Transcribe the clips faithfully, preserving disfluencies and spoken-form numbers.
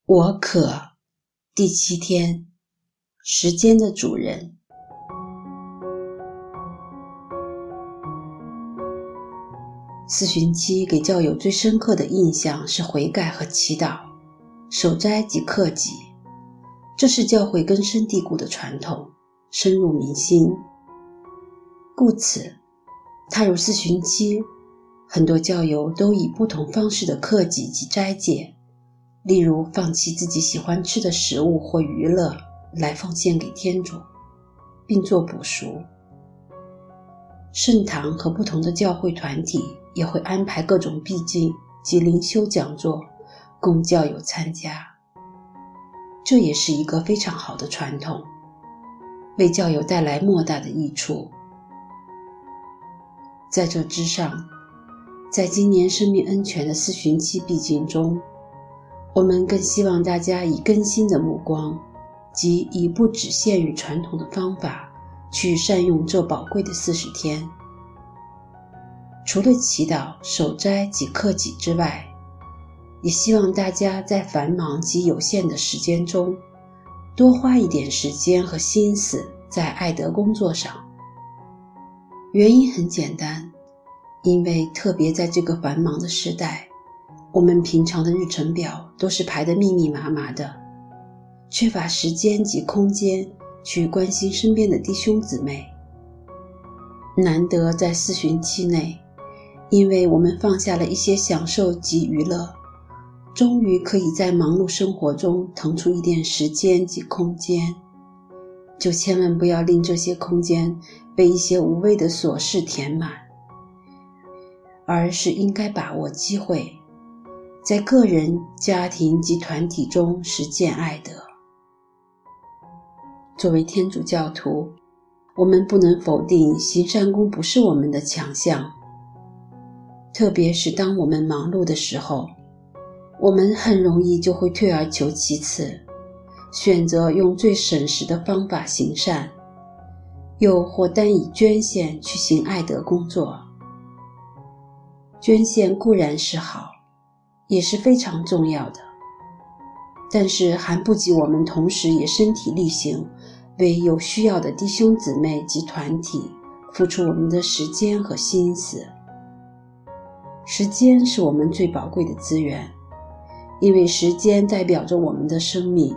我可第七天，时间的主人。四旬期给教友最深刻的印象是悔改和祈祷，守斋及克己，这是教会根深蒂固的传统，深入民心。故此，踏入四旬期，很多教友都以不同方式的克己及斋戒，例如放弃自己喜欢吃的食物或娱乐来奉献给天主，并做补赎。圣堂和不同的教会团体也会安排各种避静及灵修讲座供教友参加，这也是一个非常好的传统，为教友带来莫大的益处。在这之上，在今年生命恩泉的四旬期避静中，我们更希望大家以更新的目光，即以不只限于传统的方法，去善用这宝贵的四十天。除了祈祷、守斋及克己之外，也希望大家在繁忙及有限的时间中，多花一点时间和心思在爱德工作上。原因很简单，因为特别在这个繁忙的时代，我们平常的日程表都是排得密密麻麻的，缺乏时间及空间去关心身边的弟兄姊妹。难得在四旬期内，因为我们放下了一些享受及娱乐，终于可以在忙碌生活中腾出一点时间及空间，就千万不要令这些空间被一些无谓的琐事填满，而是应该把握机会，在个人、家庭及团体中实践爱德。作为天主教徒，我们不能否定行善功不是我们的强项，特别是当我们忙碌的时候，我们很容易就会退而求其次，选择用最省时的方法行善，又或单以捐献去行爱德工作。捐献固然是好，也是非常重要的，但是还不及我们同时也身体力行，为有需要的弟兄姊妹及团体付出我们的时间和心思。时间是我们最宝贵的资源，因为时间代表着我们的生命。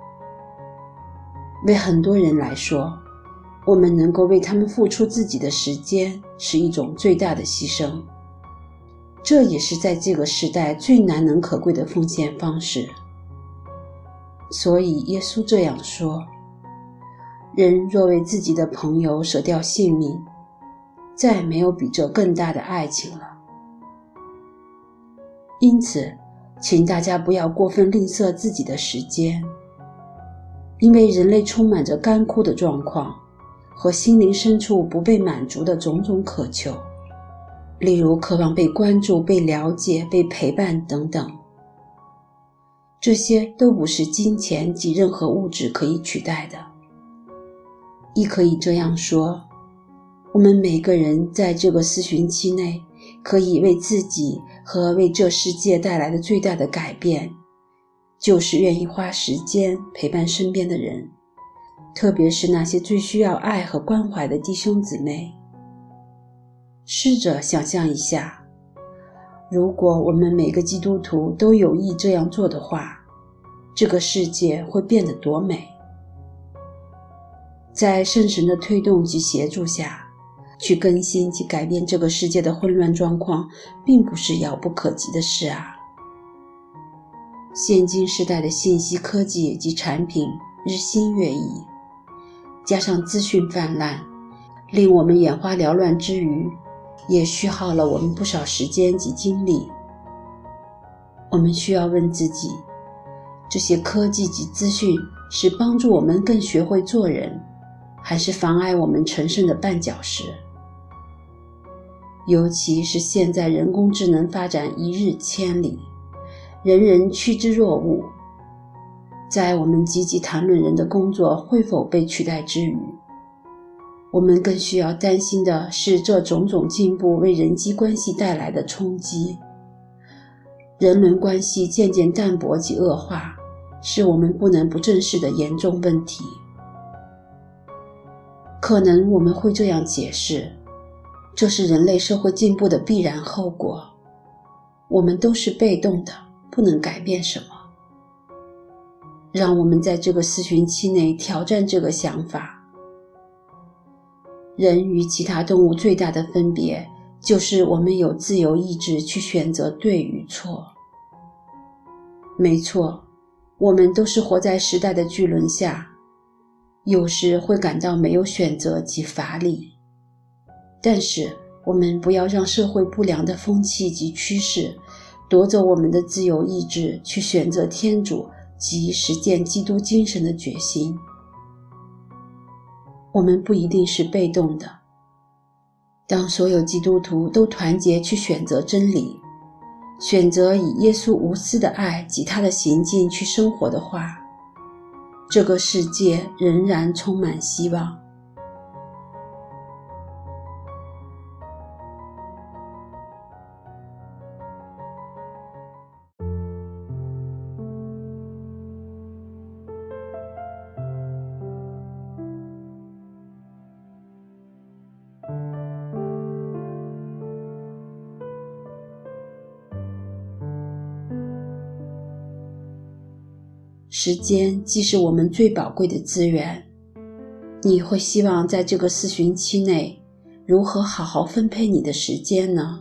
为很多人来说，我们能够为他们付出自己的时间是一种最大的牺牲，这也是在这个时代最难能可贵的奉献方式。所以耶稣这样说，人若为自己的朋友舍掉性命，再没有比这更大的爱情了。因此，请大家不要过分吝啬自己的时间，因为人类充满着干枯的状况和心灵深处不被满足的种种渴求，例如渴望被关注、被了解、被陪伴等等。这些都不是金钱及任何物质可以取代的。亦可以这样说，我们每个人在这个四旬期内，可以为自己和为这世界带来的最大的改变，就是愿意花时间陪伴身边的人，特别是那些最需要爱和关怀的弟兄姊妹。试着想象一下，如果我们每个基督徒都有意这样做的话，这个世界会变得多美。在圣神的推动及协助下，去更新及改变这个世界的混乱状况，并不是遥不可及的事啊。现今时代的信息科技及产品日新月异，加上资讯泛滥，令我们眼花缭乱之余，也虚耗了我们不少时间及精力。我们需要问自己，这些科技及资讯是帮助我们更学会做人，还是妨碍我们成圣的绊脚石？尤其是现在人工智能发展一日千里，人人趋之若鹜，在我们积极谈论人的工作会否被取代之余，我们更需要担心的是这种种进步为人际关系带来的冲击。人伦关系渐渐淡薄及恶化， 是我们不能不正视的严重问题。可能我们会这样解释，这是人类社会进步的必然后果，我们都是被动的，不能改变什么。让我们在这个四旬期内挑战这个想法。人与其他动物最大的分别，就是我们有自由意志去选择对与错。没错，我们都是活在时代的巨轮下，有时会感到没有选择及乏力。但是我们不要让社会不良的风气及趋势夺走我们的自由意志去选择天主及实践基督精神的决心。我们不一定是被动的。当所有基督徒都团结去选择真理，选择以耶稣无私的爱及他的行径去生活的话，这个世界仍然充满希望。时间既是我们最宝贵的资源，你会希望在这个四旬期内如何好好分配你的时间呢？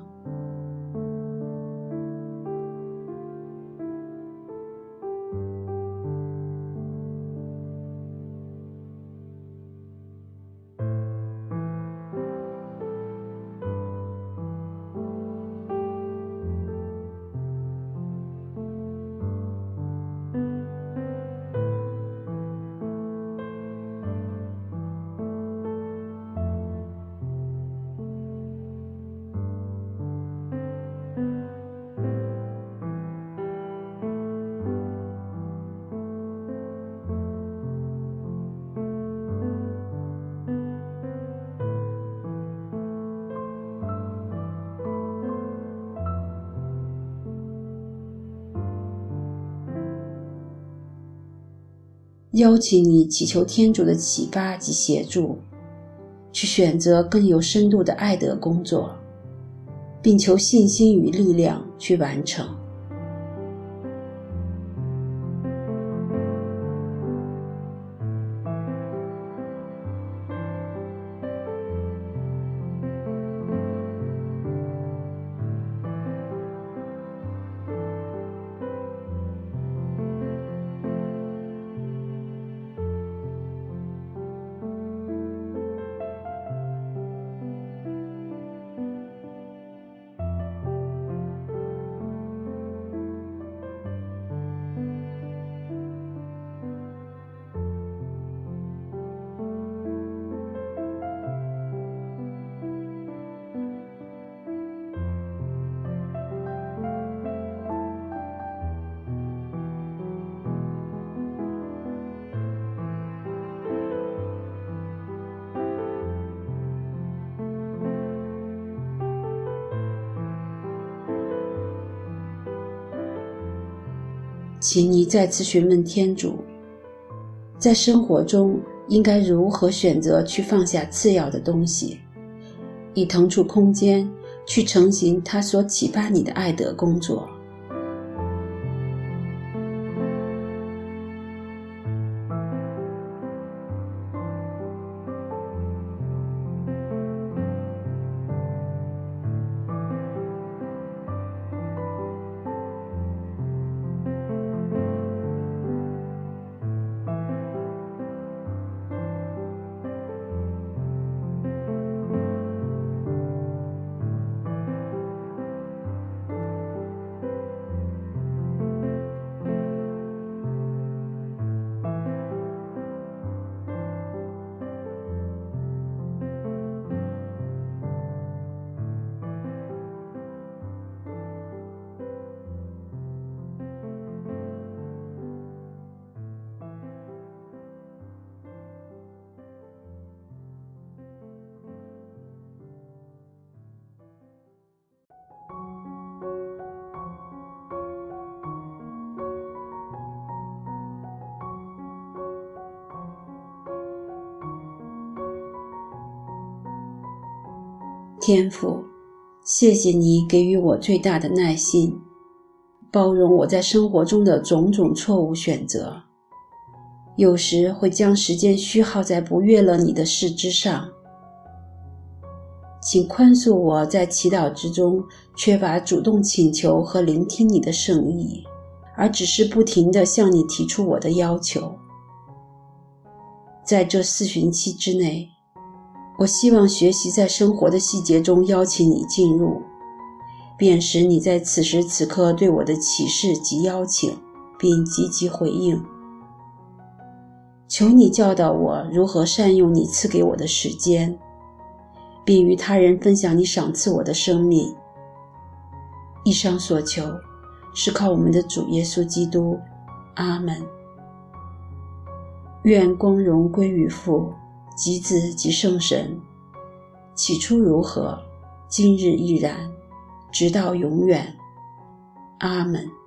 邀请你祈求天主的启发及协助，去选择更有深度的爱德工作，并求信心与力量去完成。请你再次询问天主，在生活中应该如何选择去放下次要的东西，以腾出空间去承行他所启发你的爱德工作。 天父，谢谢你给予我最大的耐心，包容我在生活中的种种错误选择，有时会将时间虚耗在不悦了你的事之上。请宽恕我在祈祷之中缺乏主动请求和聆听你的圣意，而只是不停地向你提出我的要求。在这四旬期之内，我希望学习在生活的细节中邀请你进入，便使你在此时此刻对我的启示及邀请，并积极回应。求你教导我如何善用你赐给我的时间，并与他人分享你赏赐我的生命。以上所求是靠我们的主耶稣基督。阿们。愿光荣归于父及子及圣神，起初如何，今日亦然，直到永远。阿们。